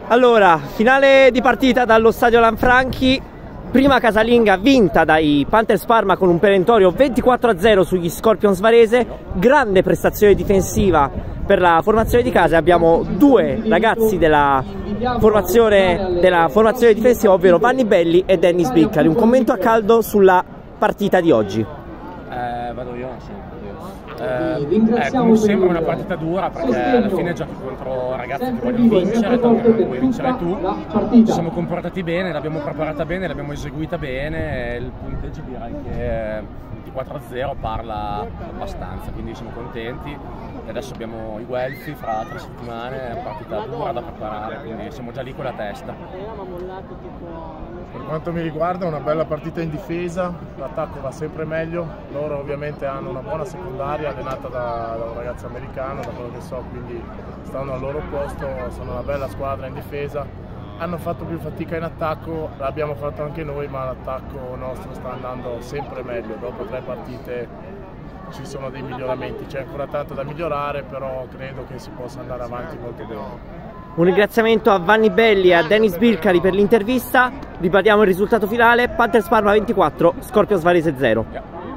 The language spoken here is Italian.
Allora, finale di partita dallo stadio Lanfranchi, prima casalinga vinta dai Panthers Parma con un perentorio 24-0 sugli Scorpions Varese, grande prestazione difensiva per la formazione di casa. Abbiamo due ragazzi della formazione difensiva, ovvero Vanni Belli e Dennis Biccari. Un commento a caldo sulla partita di oggi. Vado io, sì. Come sembra una partita dura, perché alla fine giochi contro ragazzi che vogliono vincere, tanto che puoi vincere tu. Ci siamo comportati bene, l'abbiamo preparata bene, l'abbiamo eseguita bene, il punteggio direi che 24-0 parla abbastanza, quindi siamo contenti. E adesso abbiamo i Guelfi fra 3 settimane, è una partita dura da preparare, quindi siamo già lì con la testa. Per quanto mi riguarda è una bella partita in difesa, l'attacco va sempre meglio, loro ovviamente hanno una buona secondaria allenata da un ragazzo americano, da quello che so, quindi stanno al loro posto, sono una bella squadra in difesa, hanno fatto più fatica in attacco, l'abbiamo fatto anche noi, ma l'attacco nostro sta andando sempre meglio, dopo 3 partite ci sono dei miglioramenti, c'è ancora tanto da migliorare, però credo che si possa andare avanti molto bene. Un ringraziamento a Vanni Belli e a Dennis Biccari per l'intervista. Ripetiamo il risultato finale: Panthers Parma 24, Scorpions Varese 0.